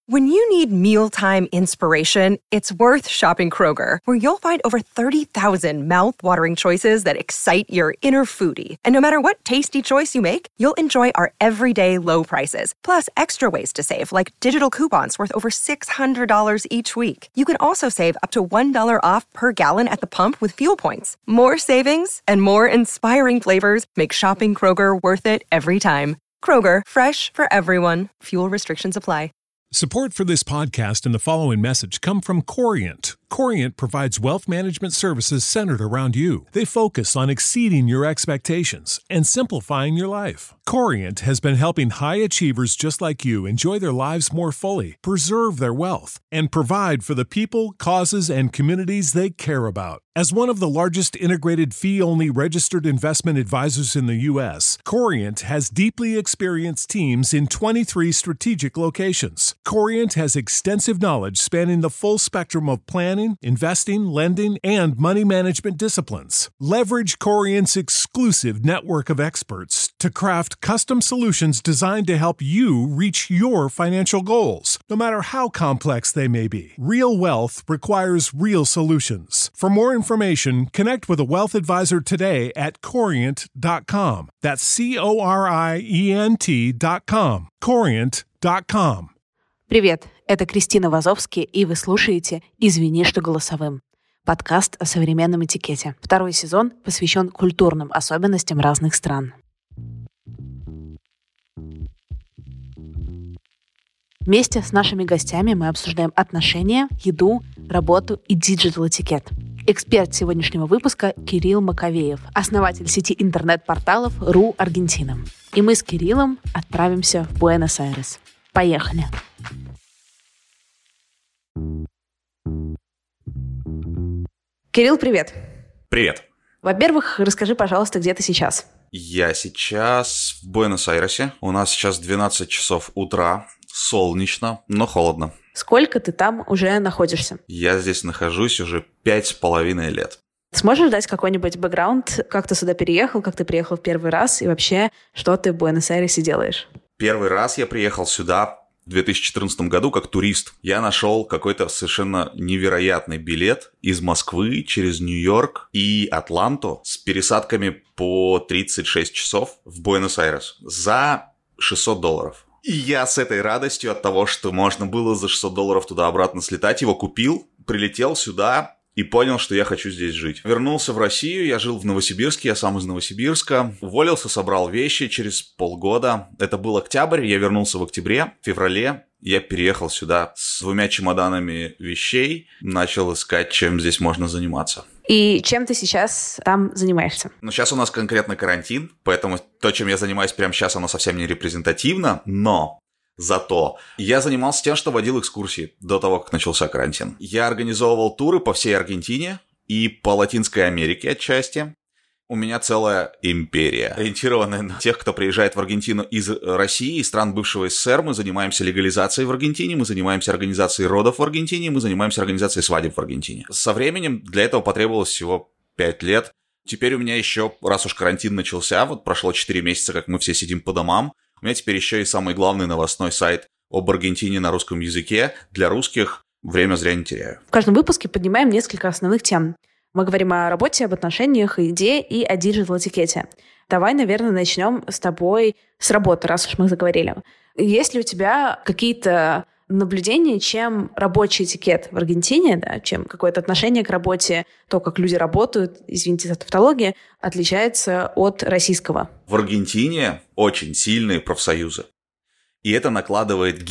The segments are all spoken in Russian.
When you need mealtime inspiration, it's worth shopping Kroger, where you'll find over 30,000 mouth-watering choices that excite your inner foodie. And no matter what tasty choice you make, you'll enjoy our everyday low prices, plus extra ways to save, like digital coupons worth over $600 each week. You can also save up to $1 off per gallon at the pump with fuel points. More savings and more inspiring flavors make shopping Kroger worth it every time. Kroger, fresh for everyone. Fuel restrictions apply. Support for this podcast and the following message come from Corient. Corient provides wealth management services centered around you. They focus on exceeding your expectations and simplifying your life. Corient has been helping high achievers just like you enjoy their lives more fully, preserve their wealth, and provide for the people, causes, and communities they care about. As one of the largest integrated fee-only registered investment advisors in the U.S., Corient has deeply experienced teams in 23 strategic locations. Corient has extensive knowledge spanning the full spectrum of planning, investing, lending, and money management disciplines. Leverage Corient's exclusive network of experts to craft custom solutions designed to help you reach your financial goals, no matter how complex they may be. Real wealth requires real solutions. For more information, connect with a wealth advisor today at Corient.com. That's Corient.com. Corient.com. Привет, это Кристина Вазовски, и вы слушаете «Извини, что голосовым» — подкаст о современном этикете. Второй сезон посвящен культурным особенностям разных стран. Вместе с нашими гостями мы обсуждаем отношения, еду, работу и диджитал-этикет. Эксперт сегодняшнего выпуска Кирилл Маковеев, основатель сети интернет-порталов РУ Аргентина. И мы с Кириллом отправимся в Буэнос-Айрес. Поехали! Кирилл, привет! Привет! Во-первых, расскажи, пожалуйста, где ты сейчас? Я сейчас в Буэнос-Айресе. У нас сейчас 12 часов утра. Солнечно, но холодно. Сколько ты там уже находишься? Я здесь нахожусь уже 5,5 лет. Сможешь дать какой-нибудь бэкграунд, как ты сюда переехал, как ты приехал в первый раз и вообще, что ты в Буэнос-Айресе делаешь? Первый раз я приехал сюда в 2014 году как турист. Я нашел какой-то совершенно невероятный билет из Москвы через Нью-Йорк и Атланту с пересадками по 36 часов в Буэнос-Айрес за $600. И я с этой радостью от того, что можно было за $600 туда-обратно слетать, его купил, прилетел сюда и понял, что я хочу здесь жить. Вернулся в Россию, я жил в Новосибирске, я сам из Новосибирска. Уволился, собрал вещи через полгода. Это был октябрь, я вернулся в октябре. В феврале я переехал сюда с 2 чемоданами вещей, начал искать, чем здесь можно заниматься. И чем ты сейчас там занимаешься? Ну, сейчас у нас конкретно карантин, поэтому то, чем я занимаюсь прямо сейчас, оно совсем не репрезентативно, но зато я занимался тем, что водил экскурсии до того, как начался карантин. Я организовывал туры по всей Аргентине и по Латинской Америке отчасти. У меня целая империя, ориентированная на тех, кто приезжает в Аргентину из России и стран бывшего СССР. Мы занимаемся легализацией в Аргентине, мы занимаемся организацией родов в Аргентине, мы занимаемся организацией свадеб в Аргентине. Со временем для этого потребовалось всего 5 лет. Теперь у меня еще, раз уж карантин начался, вот прошло 4 месяца, как мы все сидим по домам, у меня теперь еще и самый главный новостной сайт об Аргентине на русском языке. Для русских время зря не теряю. В каждом выпуске поднимаем несколько основных тем. Мы говорим о работе, об отношениях, о еде и о диджитал-этикете. Давай, наверное, начнем с тобой с работы, раз уж мы заговорили. Есть ли у тебя какие-то наблюдения, чем рабочий этикет в Аргентине, да, чем какое-то отношение к работе, то, как люди работают, извините за тавтологию, отличается от российского? В Аргентине очень сильные профсоюзы. И это накладывает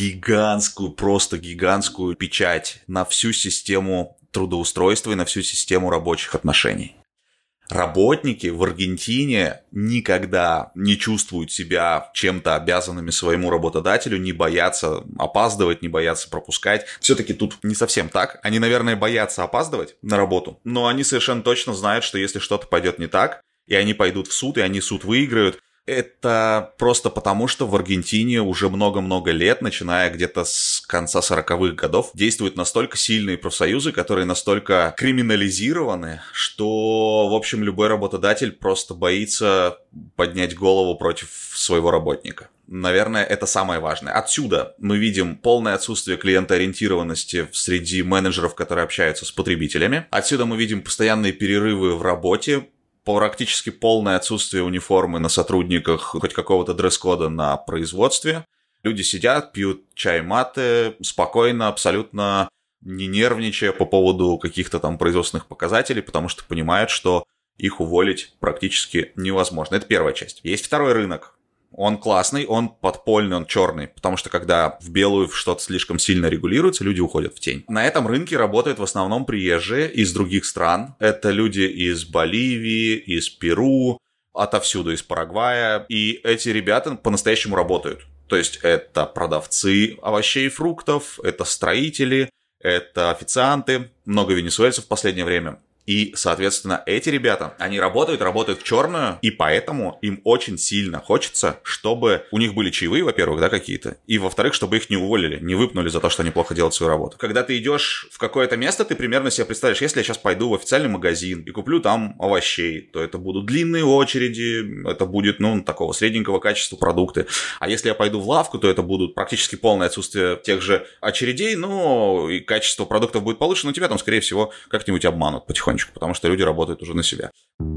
просто гигантскую печать на всю систему трудоустройства и на всю систему рабочих отношений. Работники в Аргентине никогда не чувствуют себя чем-то обязанными своему работодателю, не боятся опаздывать, не боятся пропускать. Все-таки тут не совсем так. Они, наверное, боятся опаздывать на работу, но они совершенно точно знают, что если что-то пойдет не так, и они пойдут в суд, и они суд выиграют, Это просто потому, что в Аргентине уже много-много лет, начиная где-то с конца 40-х годов, действуют настолько сильные профсоюзы, которые настолько криминализированы, что, в общем, любой работодатель просто боится поднять голову против своего работника. Наверное, это самое важное. Отсюда мы видим полное отсутствие клиентоориентированности среди менеджеров, которые общаются с потребителями. Отсюда мы видим постоянные перерывы в работе, практически полное отсутствие униформы на сотрудниках, хоть какого-то дресс-кода на производстве. Люди сидят, пьют чай мате, спокойно, абсолютно не нервничая по поводу каких-то там производственных показателей, потому что понимают, что их уволить практически невозможно. Это первая часть. Есть второй рынок. Он классный, он подпольный, он черный, потому что когда в белую что-то слишком сильно регулируется, люди уходят в тень. На этом рынке работают в основном приезжие из других стран. Это люди из Боливии, из Перу, отовсюду, из Парагвая. И эти ребята по-настоящему работают. То есть это продавцы овощей и фруктов, это строители, это официанты, много венесуэльцев в последнее время. И, соответственно, эти ребята, они работают в черную, и поэтому им очень сильно хочется, чтобы у них были чаевые, во-первых, да, какие-то, и, во-вторых, чтобы их не уволили, не выпнули за то, что они плохо делают свою работу. Когда ты идешь в какое-то место, ты примерно себе представляешь, если я сейчас пойду в официальный магазин и куплю там овощей, то это будут длинные очереди, это будет, такого средненького качества продукты. А если я пойду в лавку, то это будут практически полное отсутствие тех же очередей, и качество продуктов будет получше, но тебя там, скорее всего, как-нибудь обманут потихонечку, потому что люди работают уже на себя.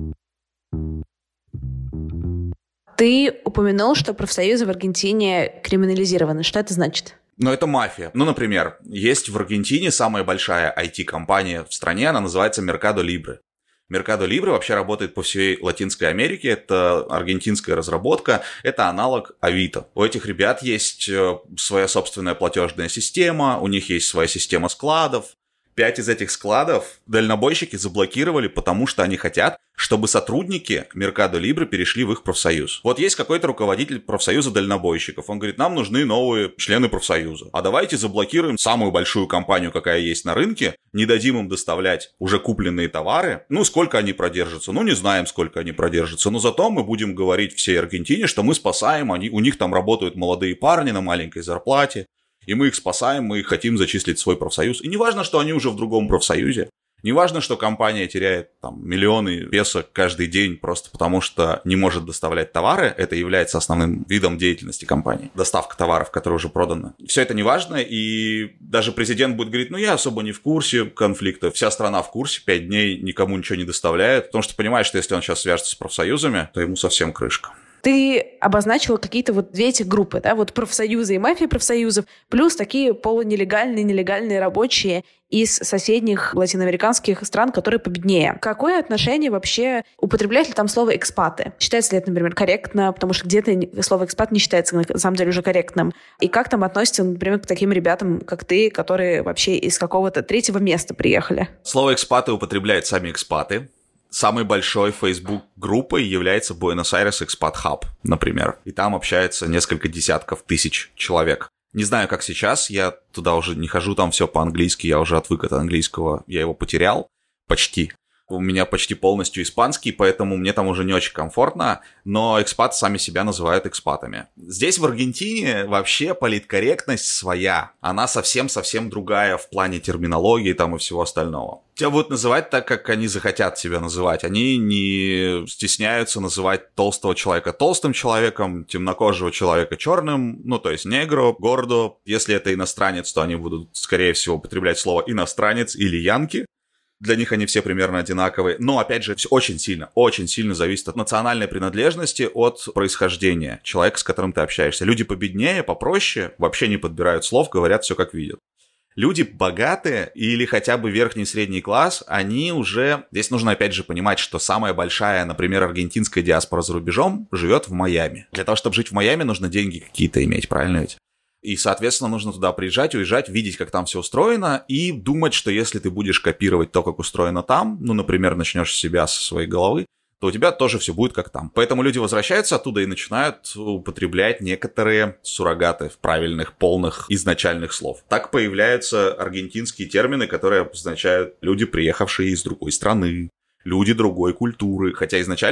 Ты упомянул, что профсоюзы в Аргентине криминализированы. Что это значит? Это мафия. Например, есть в Аргентине самая большая IT-компания в стране, она называется Mercado Libre. Mercado Libre вообще работает по всей Латинской Америке, это аргентинская разработка, это аналог Авито. У этих ребят есть своя собственная платежная система, у них есть своя система складов. 5 из этих складов дальнобойщики заблокировали, потому что они хотят, чтобы сотрудники Mercado Libre перешли в их профсоюз. Вот есть какой-то руководитель профсоюза дальнобойщиков. Он говорит, нам нужны новые члены профсоюза. А давайте заблокируем самую большую компанию, какая есть на рынке, не дадим им доставлять уже купленные товары. Сколько они продержатся? Не знаем, сколько они продержатся. Но зато мы будем говорить всей Аргентине, что мы спасаем, у них там работают молодые парни на маленькой зарплате. И мы их спасаем, мы их хотим зачислить в свой профсоюз. И не важно, что они уже в другом профсоюзе. Не важно, что компания теряет миллионы песо каждый день просто потому, что не может доставлять товары. Это является основным видом деятельности компании. Доставка товаров, которые уже проданы. Все это не важно, и даже президент будет говорить, я особо не в курсе конфликта. Вся страна в курсе, 5 дней никому ничего не доставляет. Потому что понимает, что если он сейчас свяжется с профсоюзами, то ему совсем крышка. Ты обозначила какие-то две этих группы, да, профсоюзы и мафия профсоюзов, плюс такие полунелегальные, нелегальные рабочие из соседних латиноамериканских стран, которые победнее. Какое отношение вообще, употребляют ли там слово «экспаты»? Считается ли это, например, корректно, потому что где-то слово «экспат» не считается на самом деле уже корректным. И как там относятся, например, к таким ребятам, как ты, которые вообще из какого-то третьего места приехали? Слово «экспаты» употребляют сами экспаты. Самой большой Facebook-группой является Buenos Aires Expat Hub, например. И там общается несколько десятков тысяч человек. Не знаю, как сейчас, я туда уже не хожу, там все по-английски, я уже отвык от английского, я его потерял почти. У меня почти полностью испанский, поэтому мне там уже не очень комфортно, но экспаты сами себя называют экспатами. Здесь, в Аргентине, вообще политкорректность своя. Она совсем-совсем другая в плане терминологии и всего остального. Тебя будут называть так, как они захотят тебя называть. Они не стесняются называть толстого человека толстым человеком, темнокожего человека черным, то есть негро, гордо. Если это иностранец, то они будут, скорее всего, употреблять слово иностранец или янки. Для них они все примерно одинаковые. Но, опять же, все очень сильно зависит от национальной принадлежности, от происхождения человека, с которым ты общаешься. Люди победнее, попроще, вообще не подбирают слов, говорят все как видят. Люди богатые или хотя бы верхний и средний класс, они уже... Здесь нужно опять же понимать, что самая большая, например, аргентинская диаспора за рубежом живет в Майами. Для того, чтобы жить в Майами, нужно деньги какие-то иметь, правильно ведь? И, соответственно, нужно туда приезжать, уезжать, видеть, как там все устроено, и думать, что если ты будешь копировать то, как устроено там, например, начнешь с себя, со своей головы, то у тебя тоже все будет как там. Поэтому люди возвращаются оттуда и начинают употреблять некоторые суррогаты правильных, полных, изначальных слов. Так появляются аргентинские термины, которые обозначают люди, приехавшие из другой страны, люди другой культуры. Хотя изначально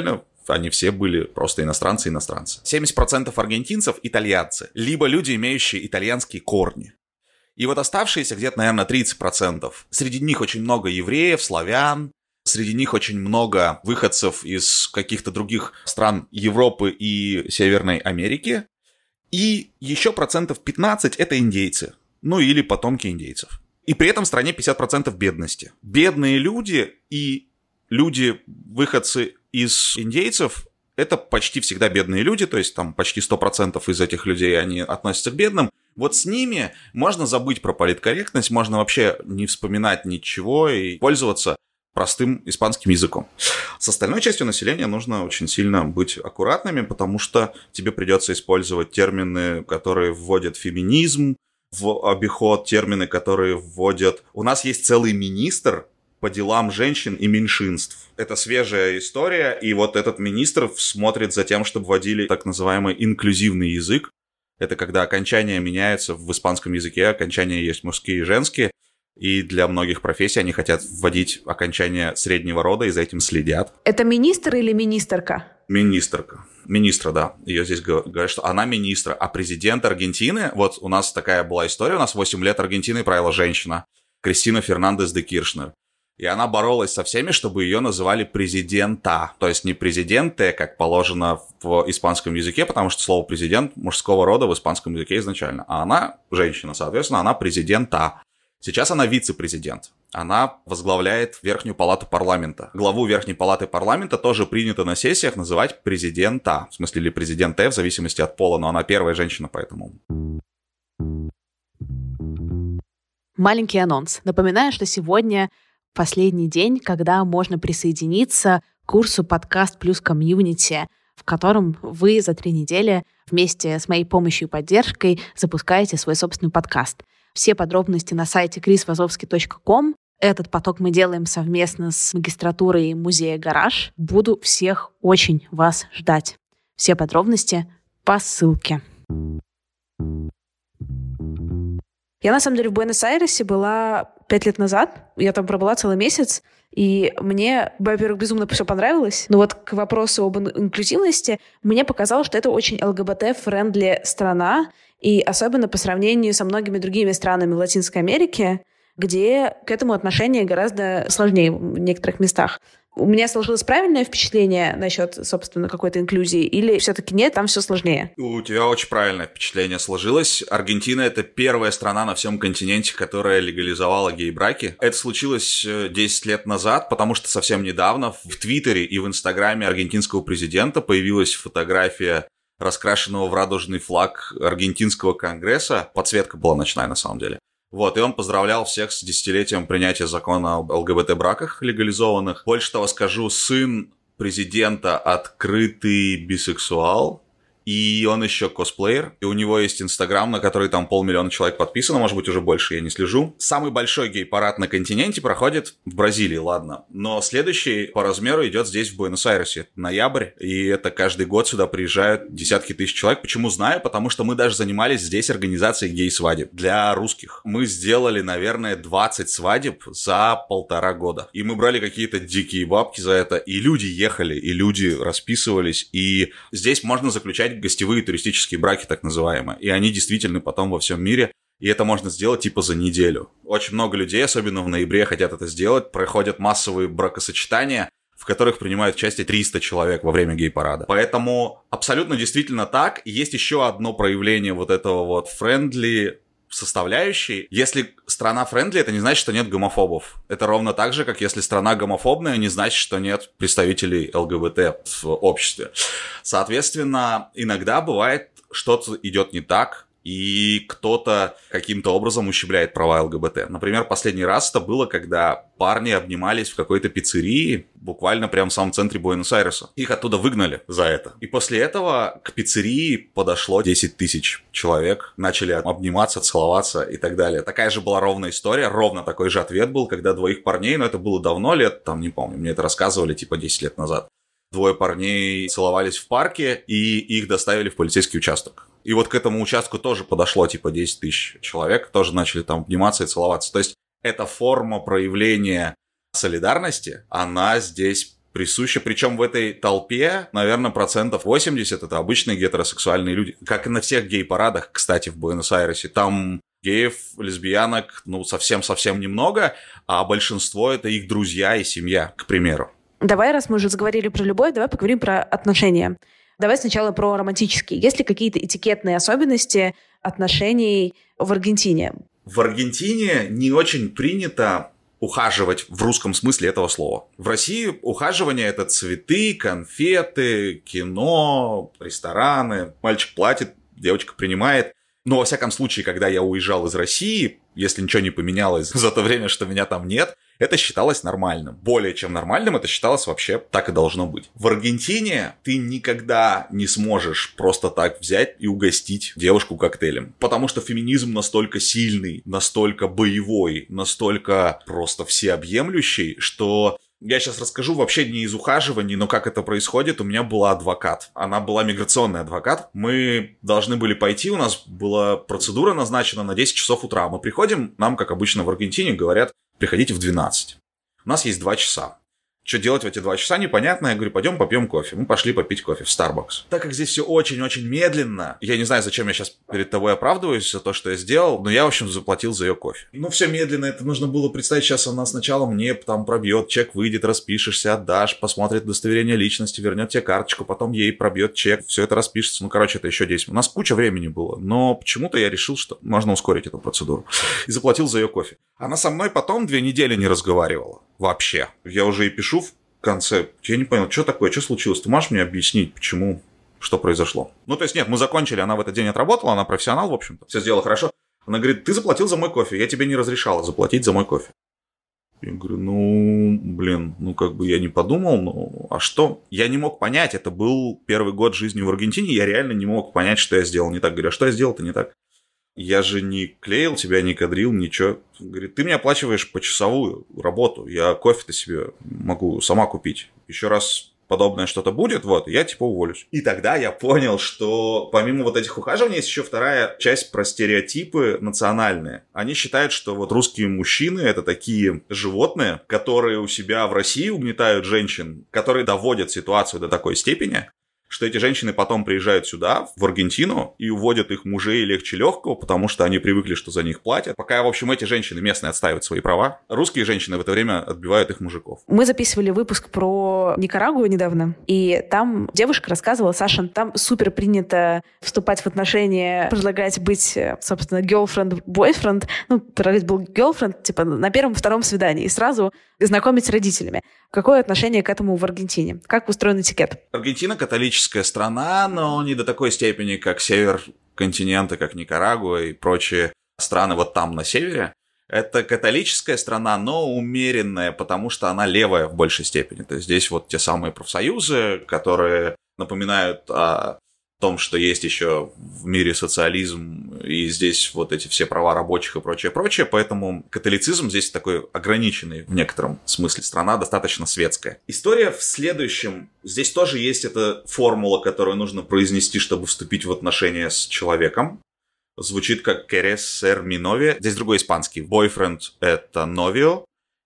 они все были просто иностранцы. 70% аргентинцев – итальянцы, либо люди, имеющие итальянские корни. И вот оставшиеся где-то, наверное, 30%. Среди них очень много евреев, славян, среди них очень много выходцев из каких-то других стран Европы и Северной Америки. И еще 15% – это индейцы, или потомки индейцев. И при этом в стране 50% бедности. Бедные люди и люди, выходцы из индейцев, это почти всегда бедные люди, то есть там почти 100% из этих людей, они относятся к бедным. Вот с ними можно забыть про политкорректность, можно вообще не вспоминать ничего и пользоваться простым испанским языком. С остальной частью населения нужно очень сильно быть аккуратными, потому что тебе придется использовать термины, которые вводят феминизм в обиход, термины, которые вводят... У нас есть целый министр по делам женщин и меньшинств. Это свежая история, и вот этот министр смотрит за тем, чтобы вводили так называемый инклюзивный язык. Это когда окончания меняются в испанском языке, окончания есть мужские и женские, и для многих профессий они хотят вводить окончания среднего рода, и за этим следят. Это министр или министерка? Министрка. Министра, да. Ее здесь говорят, что она министра. А президент Аргентины, вот у нас такая была история, у нас 8 лет Аргентины правила женщина, Кристина Фернандес де Киршнер. И она боролась со всеми, чтобы ее называли президента. То есть не президенте, как положено в испанском языке, потому что слово президент мужского рода в испанском языке изначально. А она женщина, соответственно, она президента. Сейчас она вице-президент. Она возглавляет Верхнюю палату парламента. Главу Верхней палаты парламента тоже принято на сессиях называть президента. В смысле, или президенте, в зависимости от пола, но она первая женщина, поэтому... Маленький анонс. Напоминаю, что сегодня последний день, когда можно присоединиться к курсу «Подкаст плюс комьюнити», в котором вы за 3 недели вместе с моей помощью и поддержкой запускаете свой собственный подкаст. Все подробности на сайте chrisvazovsky.com. Этот поток мы делаем совместно с магистратурой музея «Гараж». Буду всех очень вас ждать. Все подробности по ссылке. Я, на самом деле, в Буэнос-Айресе была 5 лет назад. Я там пробыла целый месяц. И мне, во-первых, безумно все понравилось. Но вот к вопросу об инклюзивности, мне показалось, что это очень ЛГБТ-френдли страна. И особенно по сравнению со многими другими странами Латинской Америки, где к этому отношение гораздо сложнее в некоторых местах. У меня сложилось правильное впечатление насчет, собственно, какой-то инклюзии, или все-таки нет, там все сложнее? У тебя очень правильное впечатление сложилось. Аргентина – это первая страна на всем континенте, которая легализовала гей-браки. Это случилось 10 лет назад, потому что совсем недавно в Твиттере и в Инстаграме аргентинского президента появилась фотография раскрашенного в радужный флаг аргентинского конгресса. Подсветка была ночная, на самом деле. Вот, и он поздравлял всех с 10-летием принятия закона об ЛГБТ-браках легализованных. Больше того скажу, сын президента открытый бисексуал, и он еще косплеер, и у него есть Инстаграм, на который там 500 000 человек подписано, может быть, уже больше, я не слежу. Самый большой гей-парад на континенте проходит в Бразилии, ладно, но следующий по размеру идет здесь, в Буэнос-Айресе, ноябрь, и это каждый год сюда приезжают десятки тысяч человек. Почему знаю? Потому что мы даже занимались здесь организацией гей-свадеб для русских. Мы сделали, наверное, 20 свадеб за 1,5 года, и мы брали какие-то дикие бабки за это, и люди ехали, и люди расписывались, и здесь можно заключать гостевые туристические браки, так называемые. И они действительно потом во всем мире. И это можно сделать типа за неделю. Очень много людей, особенно в ноябре, хотят это сделать. Проходят массовые бракосочетания, в которых принимают участие 300 человек во время гей-парада. Поэтому абсолютно действительно так. И есть еще одно проявление вот этого вот френдли составляющей. Если страна френдли, это не значит, что нет гомофобов. Это ровно так же, как если страна гомофобная, не значит, что нет представителей ЛГБТ в обществе. Соответственно, иногда бывает, что-то идет не так, и кто-то каким-то образом ущемляет права ЛГБТ. Например, последний раз это было, когда парни обнимались в какой-то пиццерии, буквально прямо в самом центре Буэнос-Айреса. Их оттуда выгнали за это. И после этого к пиццерии подошло 10 000 человек, начали обниматься, целоваться и так далее. Такая же была ровная история, ровно такой же ответ был, когда 2 парней, но это было давно, лет, там, не помню, мне это рассказывали, типа 10 лет назад. 2 парней целовались в парке, и их доставили в полицейский участок. И вот к этому участку тоже подошло типа 10 000 человек, тоже начали там обниматься и целоваться. То есть эта форма проявления солидарности, она здесь присуща. Причем в этой толпе, наверное, 80% это обычные гетеросексуальные люди. Как и на всех гей-парадах, кстати, в Буэнос-Айресе. Там геев, лесбиянок, совсем-совсем немного, а большинство это их друзья и семья, к примеру. Давай, раз мы уже заговорили про любовь, давай поговорим про отношения. Давай сначала про романтические. Есть ли какие-то этикетные особенности отношений в Аргентине? В Аргентине не очень принято ухаживать в русском смысле этого слова. В России ухаживание – это цветы, конфеты, кино, рестораны. Мальчик платит, девочка принимает. Но, во всяком случае, когда я уезжал из России, если ничего не поменялось за то время, что меня там нет, это считалось нормальным. Более чем нормальным это считалось вообще так и должно быть. В Аргентине ты никогда не сможешь просто так взять и угостить девушку коктейлем. Потому что феминизм настолько сильный, настолько боевой, настолько просто всеобъемлющий, что... Я сейчас расскажу вообще не из ухаживаний, но как это происходит. У меня была адвокат. Она была миграционный адвокат. Мы должны были пойти, у нас была процедура назначена на 10 часов утра. Мы приходим, нам, как обычно в Аргентине, говорят, приходите в 12. У нас есть 2 часа. Что делать в эти 2 часа, непонятно. Я говорю, пойдем попьем кофе. Мы пошли попить кофе в Starbucks. Так как здесь все очень-очень медленно, я не знаю, зачем я сейчас перед тобой оправдываюсь за то, что я сделал, но я, в общем, заплатил за ее кофе. Все медленно, это нужно было представить. Сейчас она сначала мне там пробьет, чек выйдет, распишешься, отдашь, посмотрит удостоверение личности, вернет тебе карточку, потом ей пробьет чек, все это распишется. Это еще 10. У нас куча времени было, но почему-то я решил, что можно ускорить эту процедуру. И заплатил за ее кофе. Она со мной потом 2 недели не разговаривала. Вообще. Я уже и пишу в конце. Я не понял, что такое, что случилось? Ты можешь мне объяснить, почему, что произошло? Нет, мы закончили, она в этот день отработала, она профессионал, в общем-то. Все сделала хорошо. Она говорит, ты заплатил за мой кофе, я тебе не разрешала заплатить за мой кофе. Я говорю, я не подумал, а что? Я не мог понять, это был первый год жизни в Аргентине, я реально не мог понять, что я сделал не так. Говорю, а что я сделал-то не так? Я же не клеил тебя, не кадрил, ничего. Говорит, ты мне оплачиваешь почасовую работу, я кофе-то себе могу сама купить. Еще раз подобное что-то будет, я уволюсь. И тогда я понял, что помимо этих ухаживаний есть еще вторая часть про стереотипы национальные. Они считают, что русские мужчины это такие животные, которые у себя в России угнетают женщин, которые доводят ситуацию до такой степени, что эти женщины потом приезжают сюда, в Аргентину, и уводят их мужей легче легкого, потому что они привыкли, что за них платят. Пока, в общем, эти женщины местные отстаивают свои права, русские женщины в это время отбивают их мужиков. Мы записывали выпуск про Никарагуа недавно, и там девушка рассказывала, Саша, там супер принято вступать в отношения, предлагать быть, собственно, girlfriend, boyfriend, предлагать был girlfriend, на первом-втором свидании, и сразу знакомить с родителями. Какое отношение к этому в Аргентине? Как устроен этикет? Аргентина католическая страна, но не до такой степени, как север континента, как Никарагуа и прочие страны там на севере. Это католическая страна, но умеренная, потому что она левая в большей степени. То есть здесь те самые профсоюзы, которые напоминают о том, что есть еще в мире социализм, и здесь эти все права рабочих и прочее, поэтому католицизм здесь такой ограниченный в некотором смысле, страна достаточно светская. История в следующем. Здесь тоже есть эта формула, которую нужно произнести, чтобы вступить в отношения с человеком. Звучит как «querer ser mi novia». Здесь другой испанский. Boyfriend – это novio,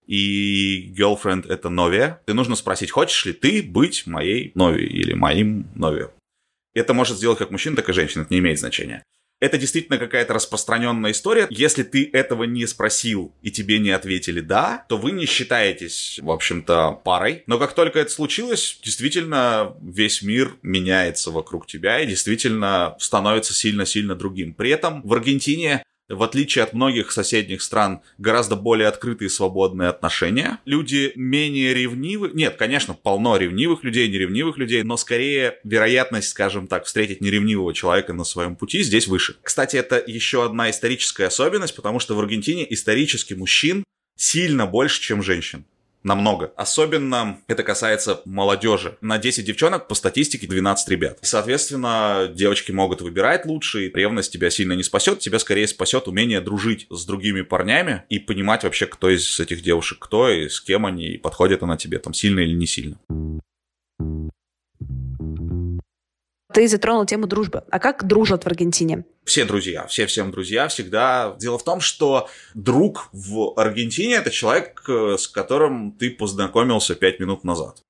и girlfriend – это novia. Ты нужно спросить, хочешь ли ты быть моей новией или моим novio. Это может сделать как мужчина, так и женщина, это не имеет значения. Это действительно какая-то распространенная история. Если ты этого не спросил и тебе не ответили «да», то вы не считаетесь, в общем-то, парой. Но как только это случилось, действительно весь мир меняется вокруг тебя и действительно становится сильно-сильно другим. При этом в Аргентине, в отличие от многих соседних стран, гораздо более открытые и свободные отношения. Люди менее ревнивы. Нет, конечно, полно ревнивых людей, неревнивых людей, но скорее вероятность, скажем так, встретить неревнивого человека на своем пути здесь выше. Кстати, это еще одна историческая особенность, потому что в Аргентине исторически мужчин сильно больше, чем женщин. Намного. Особенно это касается молодежи. На 10 девчонок по статистике 12 ребят. И, соответственно, девочки могут выбирать лучше, и ревность тебя сильно не спасет. Тебя скорее спасет умение дружить с другими парнями и понимать вообще, кто из этих девушек кто и с кем они, и подходит она тебе сильно или не сильно. Ты затронул тему дружбы. А как дружат в Аргентине? Все друзья, всем друзья всегда. Дело в том, что друг в Аргентине – это человек, с которым ты познакомился 5 минут назад.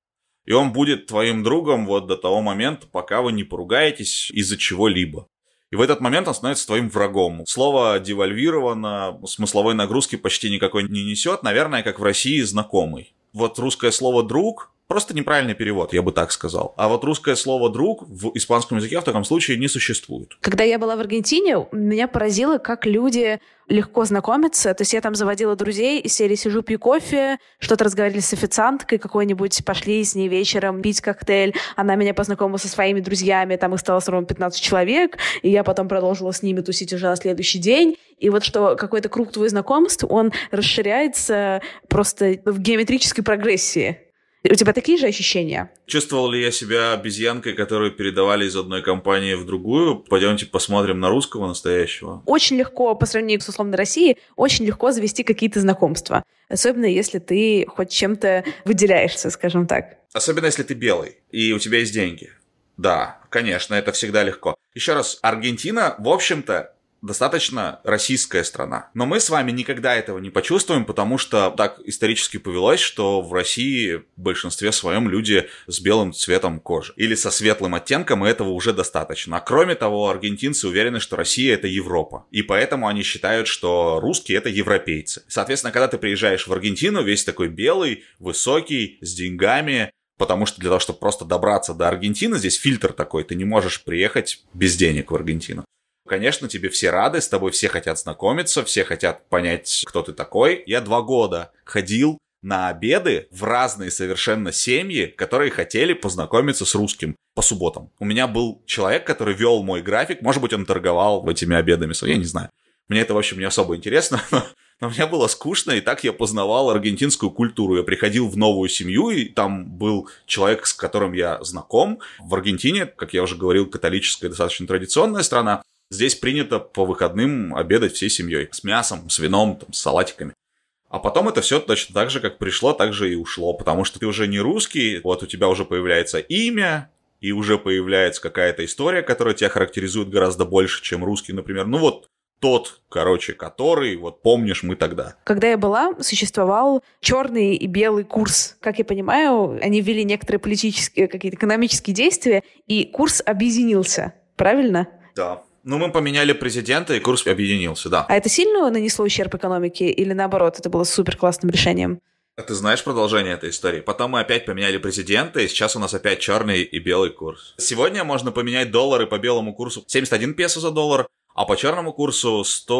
И он будет твоим другом вот до того момента, пока вы не поругаетесь из-за чего-либо. И в этот момент он становится твоим врагом. Слово девальвировано, смысловой нагрузки почти никакой не несет, наверное, как в России знакомый. Вот русское слово «друг» просто неправильный перевод, я бы так сказал. А вот русское слово «друг» в испанском языке в таком случае не существует. Когда я была в Аргентине, меня поразило, как люди легко знакомятся. То есть я там заводила друзей, из серии сижу, пью кофе, что-то разговаривали с официанткой какой-нибудь, пошли с ней вечером пить коктейль. Она меня познакомила со своими друзьями, там их стало ровно 15 человек, и я потом продолжила с ними тусить уже на следующий день. И вот что какой-то круг твоих знакомств, он расширяется просто в геометрической прогрессии. У тебя такие же ощущения? Чувствовал ли я себя обезьянкой, которую передавали из одной компании в другую? Пойдемте посмотрим на русского настоящего. Очень легко, по сравнению с условной Россией, очень легко завести какие-то знакомства. Особенно, если ты хоть чем-то выделяешься, скажем так. Особенно, если ты белый, и у тебя есть деньги. Да, конечно, это всегда легко. Еще раз, Аргентина, в общем-то, достаточно российская страна. Но мы с вами никогда этого не почувствуем, потому что так исторически повелось, что в России в большинстве своем люди с белым цветом кожи. Или со светлым оттенком, и этого уже достаточно. А кроме того, аргентинцы уверены, что Россия — это Европа. И поэтому они считают, что русские — это европейцы. Соответственно, когда ты приезжаешь в Аргентину, весь такой белый, высокий, с деньгами, потому что для того, чтобы просто добраться до Аргентины, здесь фильтр такой, ты не можешь приехать без денег в Аргентину. Конечно, тебе все рады, с тобой все хотят знакомиться, все хотят понять, кто ты такой. Я 2 года ходил на обеды в разные совершенно семьи, которые хотели познакомиться с русским по субботам. У меня был человек, который вел мой график, может быть, он торговал этими обедами, я не знаю. Мне это, в общем, не особо интересно, но мне было скучно, и так я познавал аргентинскую культуру. Я приходил в новую семью, и там был человек, с которым я знаком. В Аргентине, как я уже говорил, католическая, достаточно традиционная страна. Здесь принято по выходным обедать всей семьей. С мясом, с вином, с салатиками. А потом это все точно так же, как пришло, так же и ушло. Потому что ты уже не русский, вот у тебя уже появляется имя, и уже появляется какая-то история, которая тебя характеризует гораздо больше, чем русский, например. Ну вот тот, который, вот помнишь мы тогда. Когда я была, существовал черный и белый курс. Как я понимаю, они ввели некоторые политические, какие-то экономические действия, и курс объединился. Правильно? Да. Ну, мы поменяли президента, и курс объединился, да. А это сильно нанесло ущерб экономике или наоборот, это было супер классным решением? А ты знаешь продолжение этой истории? Потом мы опять поменяли президента, и сейчас у нас опять черный и белый курс. Сегодня можно поменять доллары по белому курсу 71 песо за доллар, а по черному курсу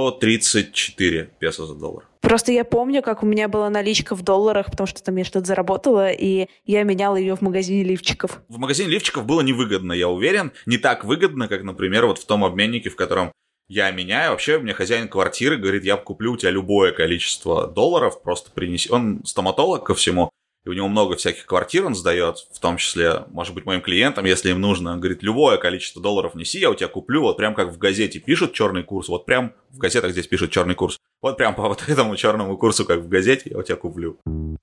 134 песо за доллар. Просто я помню, как у меня была наличка в долларах, потому что там я что-то заработала, и я меняла ее в магазине лифчиков. В магазине лифчиков было невыгодно, я уверен. Не так выгодно, как, например, вот в том обменнике, в котором я меняю. Вообще, мне хозяин квартиры говорит, я куплю у тебя любое количество долларов, просто принеси. Он стоматолог ко всему, и у него много всяких квартир он сдает, в том числе, может быть, моим клиентам, если им нужно. Он говорит, любое количество долларов неси, я у тебя куплю, вот прям как в газете пишут черный курс, вот прям в газетах здесь пишут черный курс. Вот прям по вот этому черному курсу, как в газете, я у тебя куплю.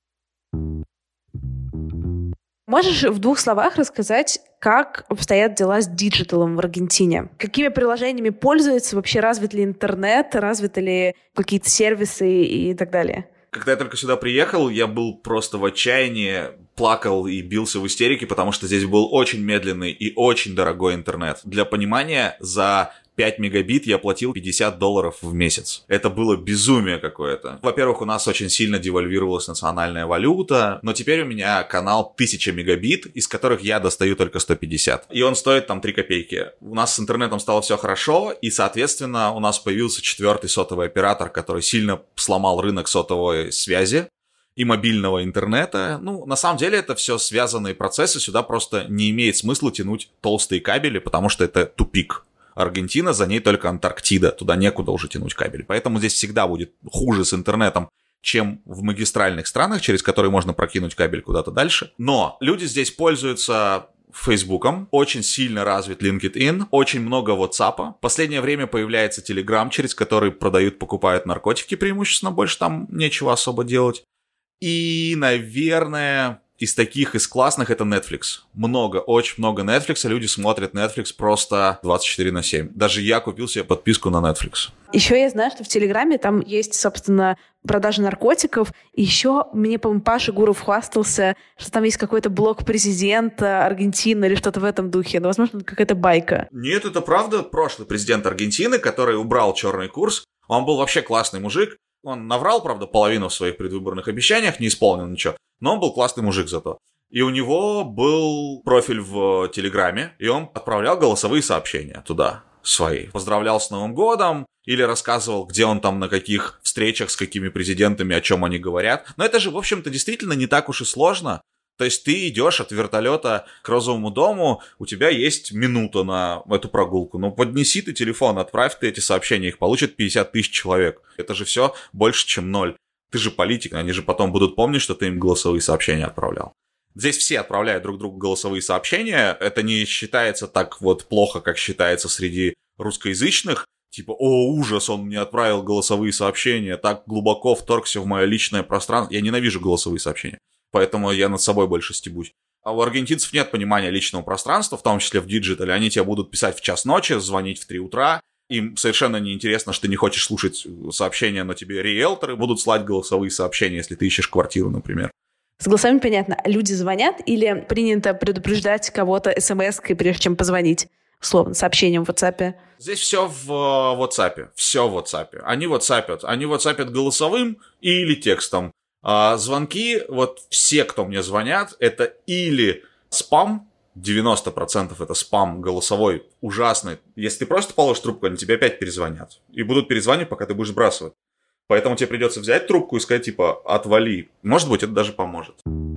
Можешь в 2 словах рассказать, как обстоят дела с диджиталом в Аргентине? Какими приложениями пользуются? Вообще развит ли интернет? Развиты ли какие-то сервисы и так далее? Когда я только сюда приехал, я был просто в отчаянии, плакал и бился в истерике, потому что здесь был очень медленный и очень дорогой интернет. Для понимания, за 5 мегабит я платил $50 в месяц. Это было безумие какое-то. Во-первых, у нас очень сильно девальвировалась национальная валюта, но теперь у меня канал 1000 мегабит, из которых я достаю только 150. И он стоит там 3 копейки. У нас с интернетом стало все хорошо, и, соответственно, у нас появился 4-й сотовый оператор, который сильно сломал рынок сотовой связи и мобильного интернета. Ну, на самом деле, это все связанные процессы. Сюда просто не имеет смысла тянуть толстые кабели, потому что это тупик. Аргентина, за ней только Антарктида, туда некуда уже тянуть кабель. Поэтому здесь всегда будет хуже с интернетом, чем в магистральных странах, через которые можно прокинуть кабель куда-то дальше. Но люди здесь пользуются Фейсбуком, очень сильно развит LinkedIn, очень много WhatsApp. В последнее время появляется Telegram, через который продают, покупают наркотики преимущественно, больше там нечего особо делать. И, наверное, из классных это Netflix. Очень много Netflix, люди смотрят Netflix просто 24/7. Даже я купил себе подписку на Netflix. Еще я знаю, что в Телеграме там есть, собственно, продажа наркотиков. И еще мне, по-моему, Паша Гуров хвастался, что там есть какой-то блог президента Аргентины или что-то в этом духе. Но, возможно, это какая-то байка. Нет, это правда. Прошлый президент Аргентины, который убрал черный курс, он был вообще классный мужик. Он наврал, правда, половину в своих предвыборных обещаниях, не исполнил ничего. Но он был классный мужик зато. И у него был профиль в Телеграме, и он отправлял голосовые сообщения туда свои. Поздравлял с Новым годом, или рассказывал, где он там, на каких встречах, с какими президентами, о чем они говорят. Но это же, в общем-то, действительно не так уж и сложно. То есть ты идешь от вертолета к Розовому дому, у тебя есть минута на эту прогулку. Ну, поднеси ты телефон, отправь ты эти сообщения, их получит 50 тысяч человек. Это же все больше, чем 0. Ты же политик, они же потом будут помнить, что ты им голосовые сообщения отправлял. Здесь все отправляют друг другу голосовые сообщения. Это не считается так вот плохо, как считается среди русскоязычных. Типа, о, ужас, он мне отправил голосовые сообщения, так глубоко вторгся в мое личное пространство. Я ненавижу голосовые сообщения. Поэтому я над собой больше стебусь. А у аргентинцев нет понимания личного пространства, в том числе в диджитале. Они тебе будут писать в 1:00 ночи, звонить в 3 утра. Им совершенно неинтересно, что ты не хочешь слушать сообщения, но тебе риэлторы будут слать голосовые сообщения, если ты ищешь квартиру, например. С голосами понятно. Люди звонят или принято предупреждать кого-то смс-кой, прежде чем позвонить? Условно, сообщением в WhatsApp. Здесь все в WhatsApp. Все в WhatsApp. Они WhatsAppят голосовым или текстом. А звонки, вот все, кто мне звонят, это или спам, 90% это спам голосовой, ужасный. Если ты просто положишь трубку, они тебе опять перезвонят. И будут перезвонить, пока ты будешь сбрасывать. Поэтому тебе придется взять трубку и сказать, типа, отвали. Может быть, это даже поможет.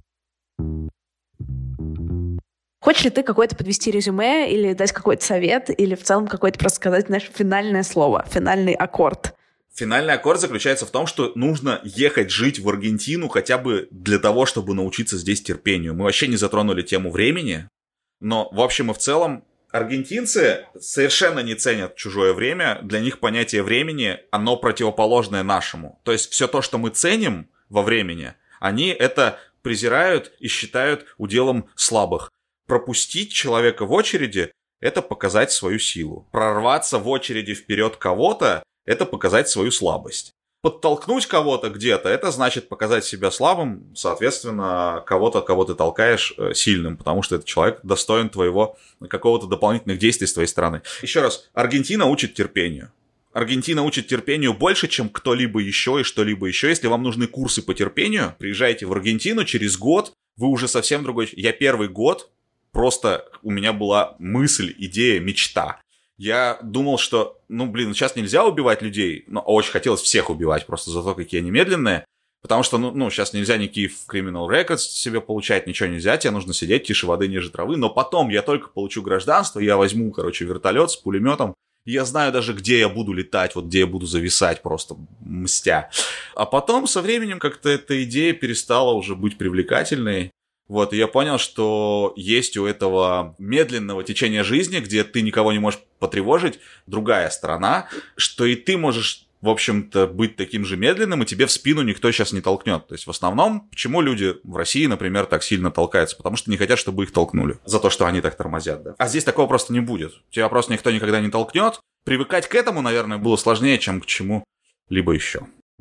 Хочешь ли ты какое-то подвести резюме или дать какой-то совет, или в целом какое-то просто сказать, знаешь, финальное слово, финальный аккорд? Финальный аккорд заключается в том, что нужно ехать жить в Аргентину хотя бы для того, чтобы научиться здесь терпению. Мы вообще не затронули тему времени, но в общем и в целом аргентинцы совершенно не ценят чужое время. Для них понятие времени, оно противоположное нашему. То есть все то, что мы ценим во времени, они это презирают и считают уделом слабых. Пропустить человека в очереди – это показать свою силу. Прорваться в очереди вперед кого-то – это показать свою слабость. Подтолкнуть кого-то где-то – это значит показать себя слабым, соответственно, кого-то, кого ты толкаешь, сильным, потому что этот человек достоин твоего какого-то дополнительных действий с твоей стороны. Еще раз, Аргентина учит терпению. Аргентина учит терпению больше, чем кто-либо еще и что-либо еще. Если вам нужны курсы по терпению, приезжайте в Аргентину, через год вы уже совсем другой. Я первый год, просто у меня была мысль, идея, мечта. Я думал, что, сейчас нельзя убивать людей, но очень хотелось всех убивать просто за то, какие они медленные, потому что, сейчас нельзя никакие criminal records себе получать, ничего нельзя, тебе нужно сидеть тише воды, ниже травы, но потом я только получу гражданство, я возьму, вертолет с пулеметом, и я знаю даже, где я буду летать, вот где я буду зависать просто мстя. А потом со временем как-то эта идея перестала уже быть привлекательной. Вот, и я понял, что есть у этого медленного течения жизни, где ты никого не можешь потревожить, другая сторона, что и ты можешь, в общем-то, быть таким же медленным, и тебе в спину никто сейчас не толкнет. То есть, в основном, почему люди в России, например, так сильно толкаются? Потому что не хотят, чтобы их толкнули за то, что они так тормозят, да. А здесь такого просто не будет. Тебя просто никто никогда не толкнет. Привыкать к этому, наверное, было сложнее, чем к чему-либо еще.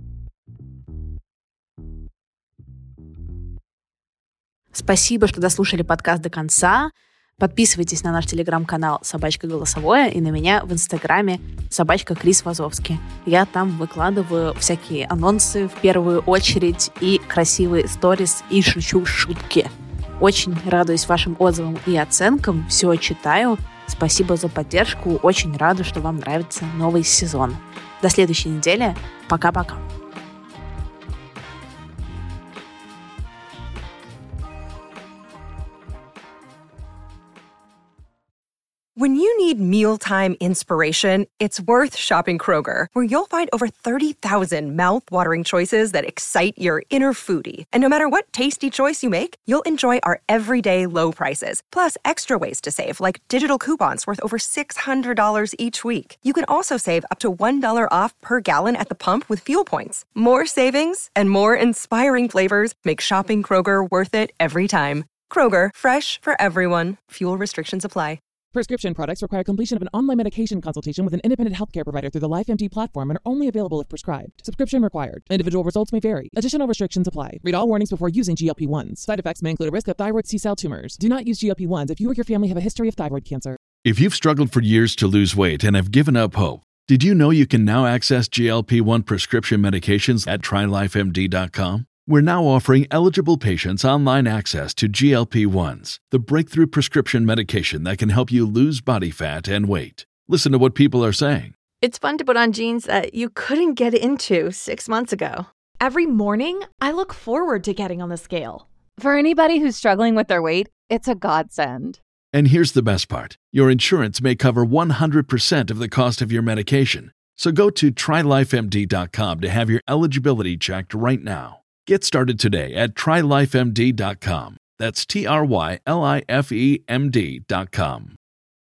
Спасибо, что дослушали подкаст до конца. Подписывайтесь на наш телеграм-канал «Собачка Голосовое» и на меня в инстаграме «Собачка Крис Вазовский». Я там выкладываю всякие анонсы в первую очередь и красивые сторис, и шучу шутки. Очень радуюсь вашим отзывам и оценкам. Все читаю. Спасибо за поддержку. Очень рада, что вам нравится новый сезон. До следующей недели. Пока-пока. When you need mealtime inspiration, it's worth shopping Kroger, where you'll find over 30,000 mouth-watering choices that excite your inner foodie. And no matter what tasty choice you make, you'll enjoy our everyday low prices, plus extra ways to save, like digital coupons worth over $600 each week. You can also save up to $1 off per gallon at the pump with fuel points. More savings and more inspiring flavors make shopping Kroger worth it every time. Kroger, fresh for everyone. Fuel restrictions apply. Prescription products require completion of an online medication consultation with an independent healthcare provider through the LifeMD platform and are only available if prescribed. Subscription required. Individual results may vary. Additional restrictions apply. Read all warnings before using GLP-1s. Side effects may include a risk of thyroid C-cell tumors. Do not use GLP-1s if you or your family have a history of thyroid cancer. If you've struggled for years to lose weight and have given up hope, did you know you can now access GLP-1 prescription medications at TryLifeMD.com? We're now offering eligible patients online access to GLP-1s, the breakthrough prescription medication that can help you lose body fat and weight. Listen to what people are saying. It's fun to put on jeans that you couldn't get into 6 months ago. Every morning, I look forward to getting on the scale. For anybody who's struggling with their weight, it's a godsend. And here's the best part. Your insurance may cover 100% of the cost of your medication. So go to TryLifeMD.com to have your eligibility checked right now. Get started today at TryLifeMD.com. That's TryLifeMD.com.